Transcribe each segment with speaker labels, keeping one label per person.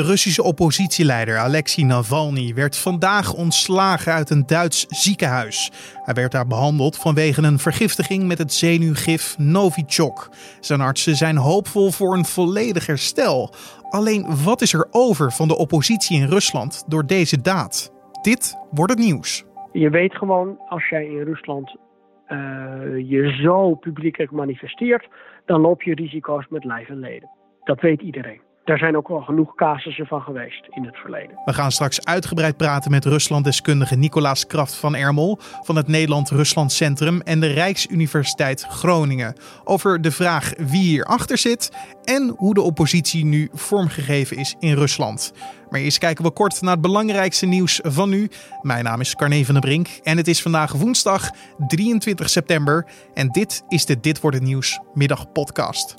Speaker 1: De Russische oppositieleider Alexei Navalny werd vandaag ontslagen uit een Duits ziekenhuis. Hij werd daar behandeld vanwege een vergiftiging met het zenuwgif Novichok. Zijn artsen zijn hoopvol voor een volledig herstel. Alleen wat is er over van de oppositie in Rusland door deze daad? Dit wordt het nieuws.
Speaker 2: Je weet gewoon, als jij in Rusland je zo publiekelijk manifesteert, dan loop je risico's met lijf en leden. Dat weet iedereen. Daar zijn ook wel genoeg casussen van geweest in het verleden.
Speaker 1: We gaan straks uitgebreid praten met Ruslanddeskundige Nicolaas Kraft van Ermel van het Nederland-Rusland Centrum en de Rijksuniversiteit Groningen. Over de vraag wie hierachter zit en hoe de oppositie nu vormgegeven is in Rusland. Maar eerst kijken we kort naar het belangrijkste nieuws van nu. Mijn naam is Carne van der Brink en het is vandaag woensdag 23 september. En dit is de Dit Wordt Het Nieuws middagpodcast.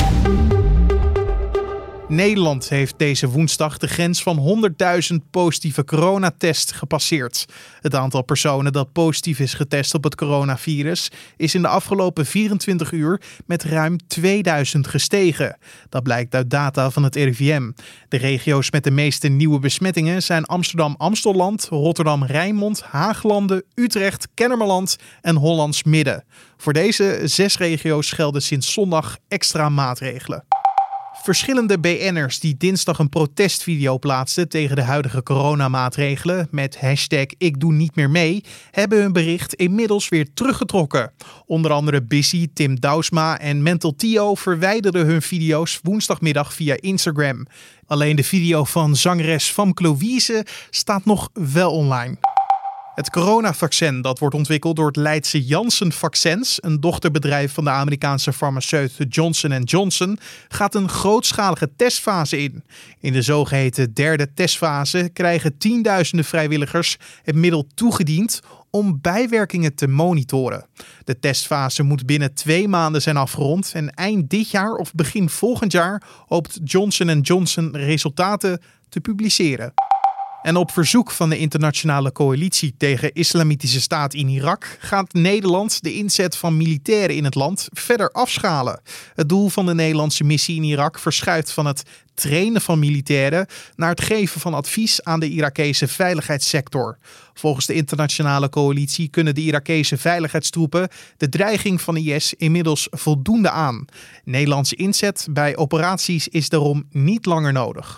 Speaker 1: Nederland heeft deze woensdag de grens van 100.000 positieve coronatests gepasseerd. Het aantal personen dat positief is getest op het coronavirus is in de afgelopen 24 uur met ruim 2000 gestegen. Dat blijkt uit data van het RIVM. De regio's met de meeste nieuwe besmettingen zijn Amsterdam-Amstelland, Rotterdam-Rijnmond, Haaglanden, Utrecht, Kennemerland en Hollands Midden. Voor deze 6 regio's gelden sinds zondag extra maatregelen. Verschillende BN'ers die dinsdag een protestvideo plaatsten tegen de huidige coronamaatregelen met hashtag ik doe niet meer mee, hebben hun bericht inmiddels weer teruggetrokken. Onder andere Busy, Tim Douwsma en Mental Theo verwijderden hun video's woensdagmiddag via Instagram. Alleen de video van zangeres Famke Louise staat nog wel online. Het coronavaccin dat wordt ontwikkeld door het Leidse Janssen Vaccins, een dochterbedrijf van de Amerikaanse farmaceut Johnson & Johnson, gaat een grootschalige testfase in. In de zogeheten derde testfase krijgen tienduizenden vrijwilligers het middel toegediend om bijwerkingen te monitoren. De testfase moet binnen 2 maanden zijn afgerond en eind dit jaar of begin volgend jaar hoopt Johnson & Johnson resultaten te publiceren. En op verzoek van de internationale coalitie tegen Islamitische Staat in Irak gaat Nederland de inzet van militairen in het land verder afschalen. Het doel van de Nederlandse missie in Irak verschuift van het trainen van militairen naar het geven van advies aan de Irakese veiligheidssector. Volgens de internationale coalitie kunnen de Irakese veiligheidstroepen de dreiging van IS inmiddels voldoende aan. Nederlandse inzet bij operaties is daarom niet langer nodig.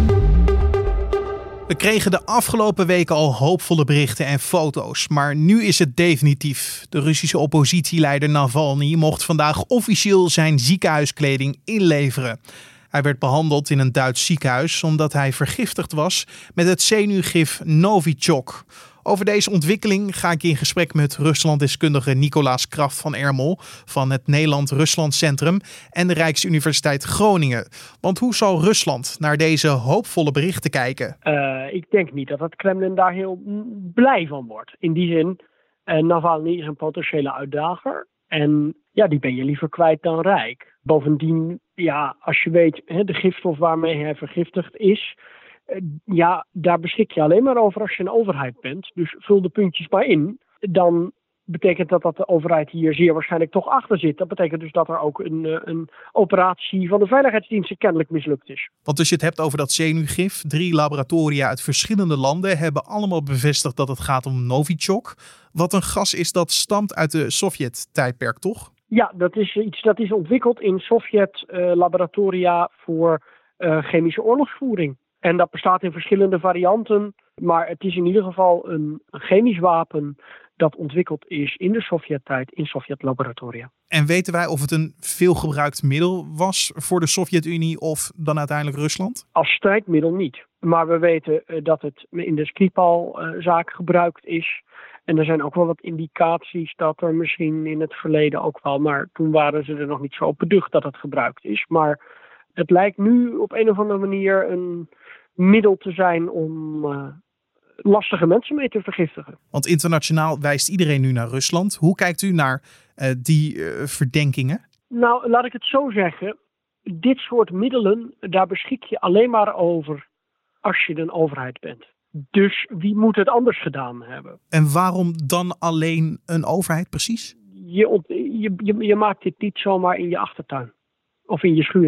Speaker 1: We kregen de afgelopen weken al hoopvolle berichten en foto's, maar nu is het definitief. De Russische oppositieleider Navalny mocht vandaag officieel zijn ziekenhuiskleding inleveren. Hij werd behandeld in een Duits ziekenhuis omdat hij vergiftigd was met het zenuwgif Novichok. Over deze ontwikkeling ga ik in gesprek met Ruslanddeskundige Nicolaas Kraft van Ermel van het Nederland-Rusland Centrum en de Rijksuniversiteit Groningen. Want hoe zal Rusland naar deze hoopvolle berichten kijken?
Speaker 2: Ik denk niet dat het Kremlin daar heel blij van wordt. In die zin, Navalny is een potentiële uitdager en ja, die ben je liever kwijt dan rijk. Bovendien, ja, als je weet, de gifstof waarmee hij vergiftigd is, ja, daar beschik je alleen maar over als je een overheid bent. Dus vul de puntjes maar in. Dan betekent dat de overheid hier zeer waarschijnlijk toch achter zit. Dat betekent dus dat er ook een operatie van de veiligheidsdiensten kennelijk mislukt is.
Speaker 1: Want als je het hebt over dat zenuwgif, 3 laboratoria uit verschillende landen hebben allemaal bevestigd dat het gaat om Novichok. Wat een gas is dat stamt uit de Sovjet-tijdperk, toch?
Speaker 2: Ja, dat is iets dat is ontwikkeld in Sovjet-laboratoria voor chemische oorlogsvoering. En dat bestaat in verschillende varianten, maar het is in ieder geval een chemisch wapen dat ontwikkeld is in de Sovjet-tijd in Sovjet-laboratoria.
Speaker 1: En weten wij of het een veelgebruikt middel was voor de Sovjet-Unie of dan uiteindelijk Rusland?
Speaker 2: Als strijdmiddel niet. Maar we weten dat het in de Skripal-zaak gebruikt is. En er zijn ook wel wat indicaties dat er misschien in het verleden ook wel, maar toen waren ze er nog niet zo op beducht dat het gebruikt is. Maar het lijkt nu op een of andere manier een middel te zijn om lastige mensen mee te vergiftigen.
Speaker 1: Want internationaal wijst iedereen nu naar Rusland. Hoe kijkt u naar die verdenkingen?
Speaker 2: Nou, laat ik het zo zeggen. Dit soort middelen, daar beschik je alleen maar over als je een overheid bent. Dus wie moet het anders gedaan hebben?
Speaker 1: En waarom dan alleen een overheid precies?
Speaker 2: Je maakt dit niet zomaar in je achtertuin of in je schuurtje.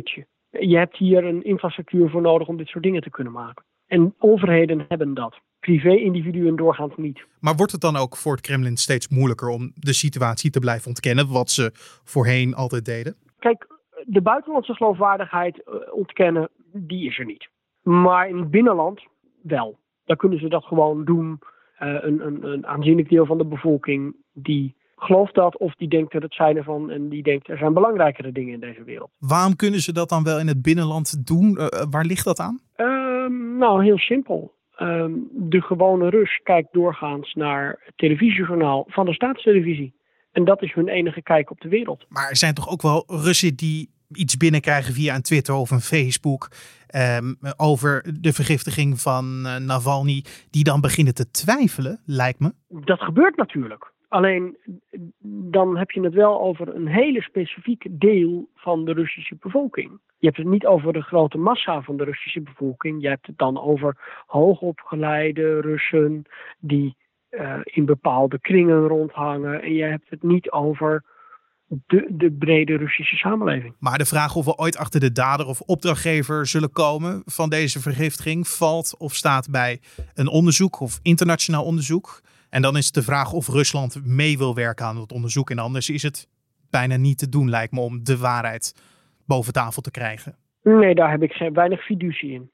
Speaker 2: Je hebt hier een infrastructuur voor nodig om dit soort dingen te kunnen maken. En overheden hebben dat. Privé-individuen doorgaans niet.
Speaker 1: Maar wordt het dan ook voor het Kremlin steeds moeilijker om de situatie te blijven ontkennen, wat ze voorheen altijd deden?
Speaker 2: Kijk, de buitenlandse geloofwaardigheid ontkennen, die is er niet. Maar in het binnenland wel. Dan kunnen ze dat gewoon doen. Een aanzienlijk deel van de bevolking die gelooft dat of die denkt er het zijn ervan en die denkt er zijn belangrijkere dingen in deze wereld.
Speaker 1: Waarom kunnen ze dat dan wel in het binnenland doen? Waar ligt dat aan?
Speaker 2: Nou, heel simpel. De gewone Rus kijkt doorgaans naar het televisiejournaal van de staatstelevisie. En dat is hun enige kijk op de wereld.
Speaker 1: Maar er zijn toch ook wel Russen die iets binnenkrijgen via een Twitter of een Facebook over de vergiftiging van Navalny, die dan beginnen te twijfelen, lijkt me.
Speaker 2: Dat gebeurt natuurlijk. Alleen dan heb je het wel over een hele specifiek deel van de Russische bevolking. Je hebt het niet over de grote massa van de Russische bevolking. Je hebt het dan over hoogopgeleide Russen die in bepaalde kringen rondhangen. En je hebt het niet over de brede Russische samenleving.
Speaker 1: Maar de vraag of we ooit achter de dader of opdrachtgever zullen komen van deze vergiftiging valt of staat bij een onderzoek of internationaal onderzoek. En dan is het de vraag of Rusland mee wil werken aan het onderzoek. En anders is het bijna niet te doen, lijkt me, om de waarheid boven tafel te krijgen.
Speaker 2: Nee, daar heb ik weinig fiducie in.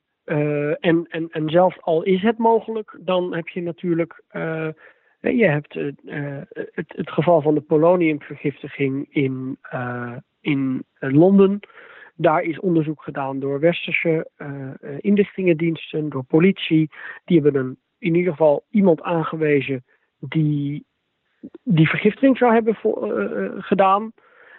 Speaker 2: En zelfs al is het mogelijk, dan heb je natuurlijk je hebt het geval van de poloniumvergiftiging in Londen. Daar is onderzoek gedaan door westerse inlichtingendiensten, door politie. Die hebben in ieder geval iemand aangewezen die vergiftiging zou hebben gedaan.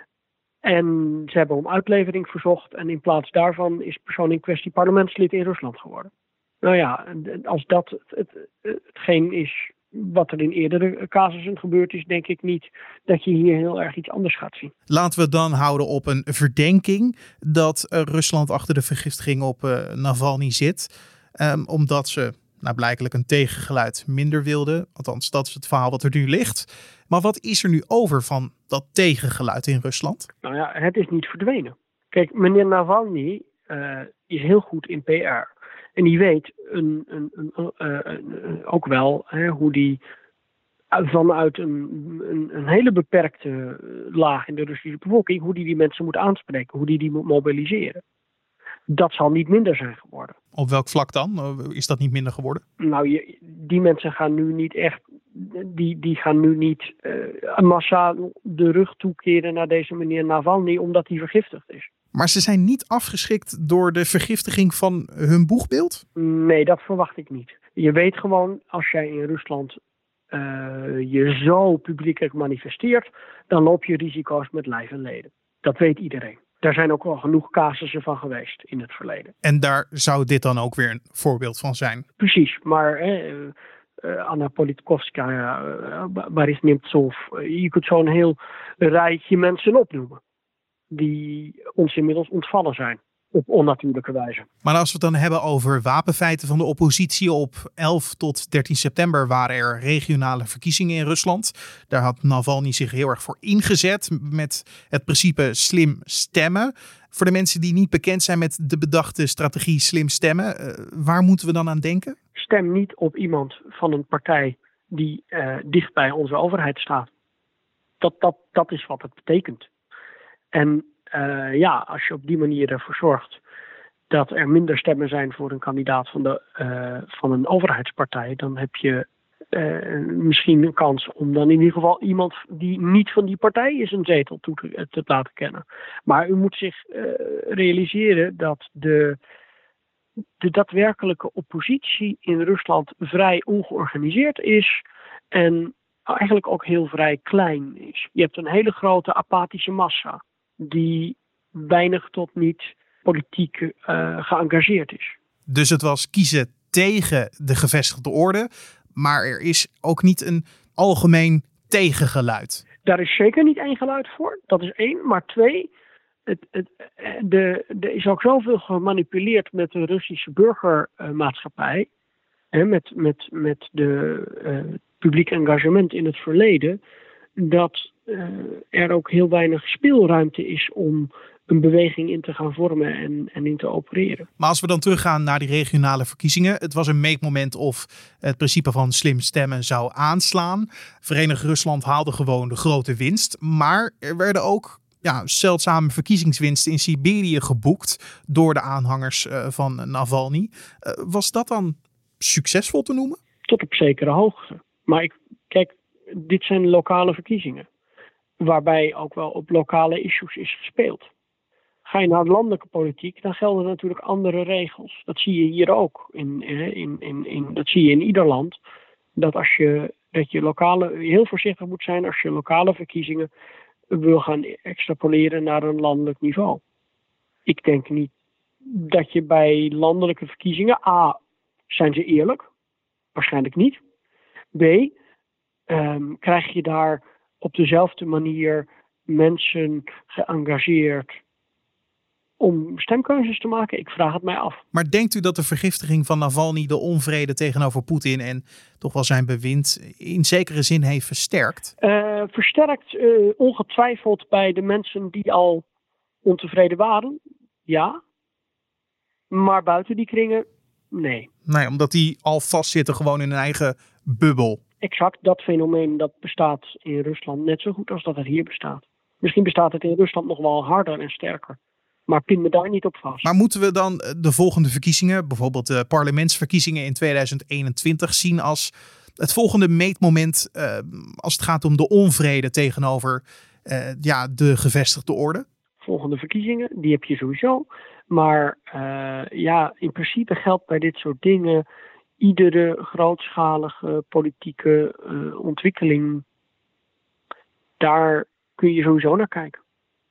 Speaker 2: En ze hebben om uitlevering verzocht. En in plaats daarvan is de persoon in kwestie parlementslid in Rusland geworden. Nou ja, als dat hetgeen is wat er in eerdere casussen gebeurd is, denk ik niet dat je hier heel erg iets anders gaat zien.
Speaker 1: Laten we het dan houden op een verdenking dat Rusland achter de vergiftiging op Navalny zit. Omdat ze blijkelijk een tegengeluid minder wilden. Althans, dat is het verhaal wat er nu ligt. Maar wat is er nu over van dat tegengeluid in Rusland?
Speaker 2: Nou ja, het is niet verdwenen. Kijk, meneer Navalny is heel goed in PR. En die weet ook wel hoe die vanuit een hele beperkte laag in de Russische bevolking, hoe die mensen moet aanspreken, hoe die moet mobiliseren. Dat zal niet minder zijn geworden.
Speaker 1: Op welk vlak dan? Is dat niet minder geworden?
Speaker 2: Nou, die mensen gaan nu niet echt, die gaan nu niet massaal de rug toekeren naar deze meneer Navalny omdat hij vergiftigd is.
Speaker 1: Maar ze zijn niet afgeschrikt door de vergiftiging van hun boegbeeld?
Speaker 2: Nee, dat verwacht ik niet. Je weet gewoon, als jij in Rusland je zo publiekelijk manifesteert, dan loop je risico's met lijf en leden. Dat weet iedereen. Daar zijn ook wel genoeg casussen van geweest in het verleden.
Speaker 1: En daar zou dit dan ook weer een voorbeeld van zijn?
Speaker 2: Precies, maar Anna Politkovskaya, Boris Nemtsov, je kunt zo'n heel rijtje mensen opnoemen die ons inmiddels ontvallen zijn op onnatuurlijke wijze.
Speaker 1: Maar als we het dan hebben over wapenfeiten van de oppositie, op 11 tot 13 september waren er regionale verkiezingen in Rusland. Daar had Navalny zich heel erg voor ingezet met het principe slim stemmen. Voor de mensen die niet bekend zijn met de bedachte strategie slim stemmen, waar moeten we dan aan denken?
Speaker 2: Stem niet op iemand van een partij die dicht bij onze overheid staat. Dat is wat het betekent. En als je op die manier ervoor zorgt dat er minder stemmen zijn voor een kandidaat van een overheidspartij, dan heb je misschien een kans om dan in ieder geval iemand die niet van die partij is een zetel te laten kennen. Maar u moet zich realiseren dat de daadwerkelijke oppositie in Rusland vrij ongeorganiseerd is en eigenlijk ook heel vrij klein is. Je hebt een hele grote apathische massa die weinig tot niet politiek geëngageerd is.
Speaker 1: Dus het was kiezen tegen de gevestigde orde, maar er is ook niet een algemeen tegengeluid.
Speaker 2: Daar is zeker niet één geluid voor, dat is één. Maar twee, er is ook zoveel gemanipuleerd met de Russische burgermaatschappij en met de publiek engagement in het verleden, dat er ook heel weinig speelruimte is om een beweging in te gaan vormen en in te opereren.
Speaker 1: Maar als we dan teruggaan naar die regionale verkiezingen. Het was een meetmoment of het principe van slim stemmen zou aanslaan. Verenigd Rusland haalde gewoon de grote winst. Maar er werden ook zeldzame verkiezingswinsten in Siberië geboekt door de aanhangers van Navalny. Was dat dan succesvol te noemen?
Speaker 2: Tot op zekere hoogte. Maar kijk, dit zijn lokale verkiezingen. Waarbij ook wel op lokale issues is gespeeld. Ga je naar de landelijke politiek, dan gelden natuurlijk andere regels. Dat zie je hier ook. Dat zie je in ieder land. Dat je lokale heel voorzichtig moet zijn als je lokale verkiezingen wil gaan extrapoleren naar een landelijk niveau. Ik denk niet dat je bij landelijke verkiezingen... A, zijn ze eerlijk? Waarschijnlijk niet. B, krijg je daar op dezelfde manier mensen geëngageerd om stemkeuzes te maken? Ik vraag het mij af.
Speaker 1: Maar denkt u dat de vergiftiging van Navalny de onvrede tegenover Poetin en toch wel zijn bewind in zekere zin heeft versterkt?
Speaker 2: Versterkt ongetwijfeld bij de mensen die al ontevreden waren, ja. Maar buiten die kringen, nee.
Speaker 1: Nee, omdat die al vastzitten gewoon in hun eigen bubbel.
Speaker 2: Exact, dat fenomeen dat bestaat in Rusland net zo goed als dat het hier bestaat. Misschien bestaat het in Rusland nog wel harder en sterker. Maar pin me daar niet op vast.
Speaker 1: Maar moeten we dan de volgende verkiezingen, bijvoorbeeld de parlementsverkiezingen in 2021, zien als het volgende meetmoment als het gaat om de onvrede tegenover de gevestigde orde?
Speaker 2: Volgende verkiezingen, die heb je sowieso. Maar in principe geldt bij dit soort dingen iedere grootschalige politieke ontwikkeling. Daar kun je sowieso naar kijken.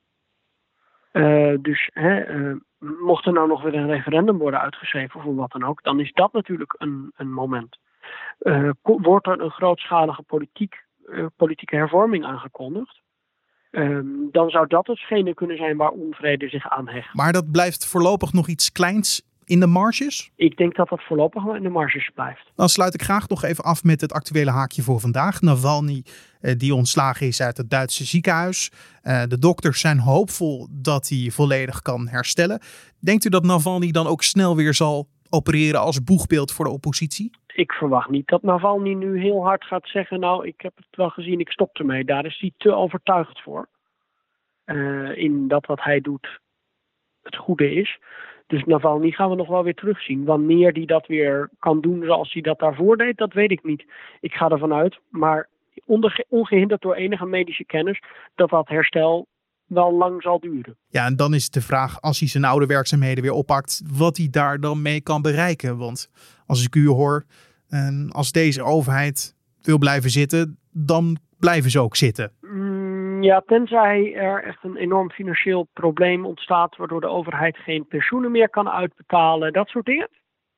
Speaker 2: Mocht er nou nog weer een referendum worden uitgeschreven of wat dan ook, dan is dat natuurlijk een moment. Wordt er een grootschalige politieke hervorming aangekondigd, dan zou dat hetgene kunnen zijn waar onvrede zich aan hecht.
Speaker 1: Maar dat blijft voorlopig nog iets kleins in de marges?
Speaker 2: Ik denk dat dat voorlopig wel in de marges blijft.
Speaker 1: Dan sluit ik graag nog even af met het actuele haakje voor vandaag. Navalny, die ontslagen is uit het Duitse ziekenhuis. De dokters zijn hoopvol dat hij volledig kan herstellen. Denkt u dat Navalny dan ook snel weer zal opereren als boegbeeld voor de oppositie?
Speaker 2: Ik verwacht niet dat Navalny nu heel hard gaat zeggen, nou, ik heb het wel gezien, ik stop ermee. Daar is hij te overtuigd voor. In dat wat hij doet het goede is. Dus Navalny gaan we nog wel weer terugzien. Wanneer hij dat weer kan doen zoals hij dat daarvoor deed, dat weet ik niet. Ik ga ervan uit, maar ongehinderd door enige medische kennis, dat herstel wel lang zal duren.
Speaker 1: Ja, en dan is het de vraag, als hij zijn oude werkzaamheden weer oppakt, wat hij daar dan mee kan bereiken. Want als ik u hoor, als deze overheid wil blijven zitten, dan blijven ze ook zitten.
Speaker 2: Ja, tenzij er echt een enorm financieel probleem ontstaat, waardoor de overheid geen pensioenen meer kan uitbetalen, dat soort dingen.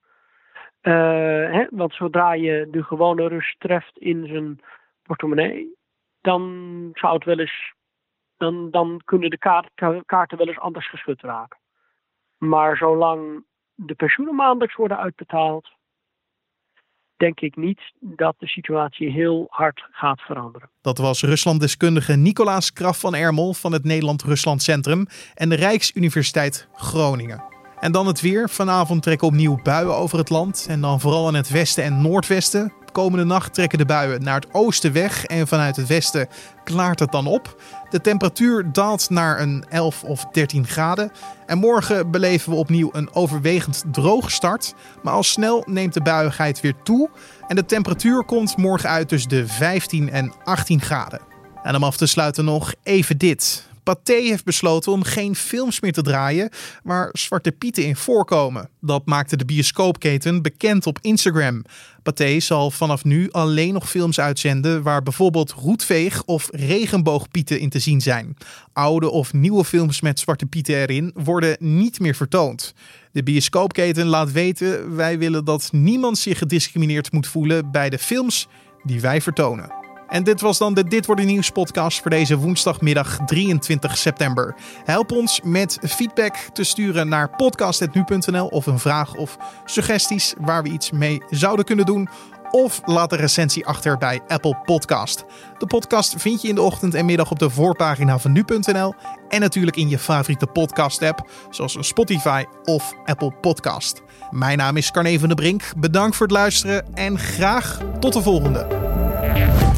Speaker 2: Want zodra je de gewone Rus treft in zijn portemonnee, dan zou het wel eens, dan kunnen de kaarten wel eens anders geschud raken. Maar zolang de pensioenen maandelijks worden uitbetaald, denk ik niet dat de situatie heel hard gaat veranderen.
Speaker 1: Dat was Ruslanddeskundige Nicolaas Kraf van Ermel van het Nederland-Rusland Centrum en de Rijksuniversiteit Groningen. En dan het weer. Vanavond trekken opnieuw buien over het land en dan vooral in het westen en noordwesten. Komende nacht trekken de buien naar het oosten weg en vanuit het westen klaart het dan op. De temperatuur daalt naar een 11 of 13 graden. En morgen beleven we opnieuw een overwegend droge start. Maar al snel neemt de buiigheid weer toe. En de temperatuur komt morgen uit tussen de 15 en 18 graden. En om af te sluiten nog even dit. Pathé heeft besloten om geen films meer te draaien waar Zwarte Pieten in voorkomen. Dat maakte de bioscoopketen bekend op Instagram. Pathé zal vanaf nu alleen nog films uitzenden waar bijvoorbeeld roetveeg of regenboogpieten in te zien zijn. Oude of nieuwe films met Zwarte Pieten erin worden niet meer vertoond. De bioscoopketen laat weten, wij willen dat niemand zich gediscrimineerd moet voelen bij de films die wij vertonen. En dit was dan de Dit Wordt Het Nieuws podcast voor deze woensdagmiddag 23 september. Help ons met feedback te sturen naar podcast@nu.nl of een vraag of suggesties waar we iets mee zouden kunnen doen. of laat een recensie achter bij Apple Podcast. De podcast vind je in de ochtend en middag op de voorpagina van nu.nl en natuurlijk in je favoriete podcast-app, zoals Spotify of Apple Podcast. Mijn naam is Carne van der Brink. Bedankt voor het luisteren en graag tot de volgende.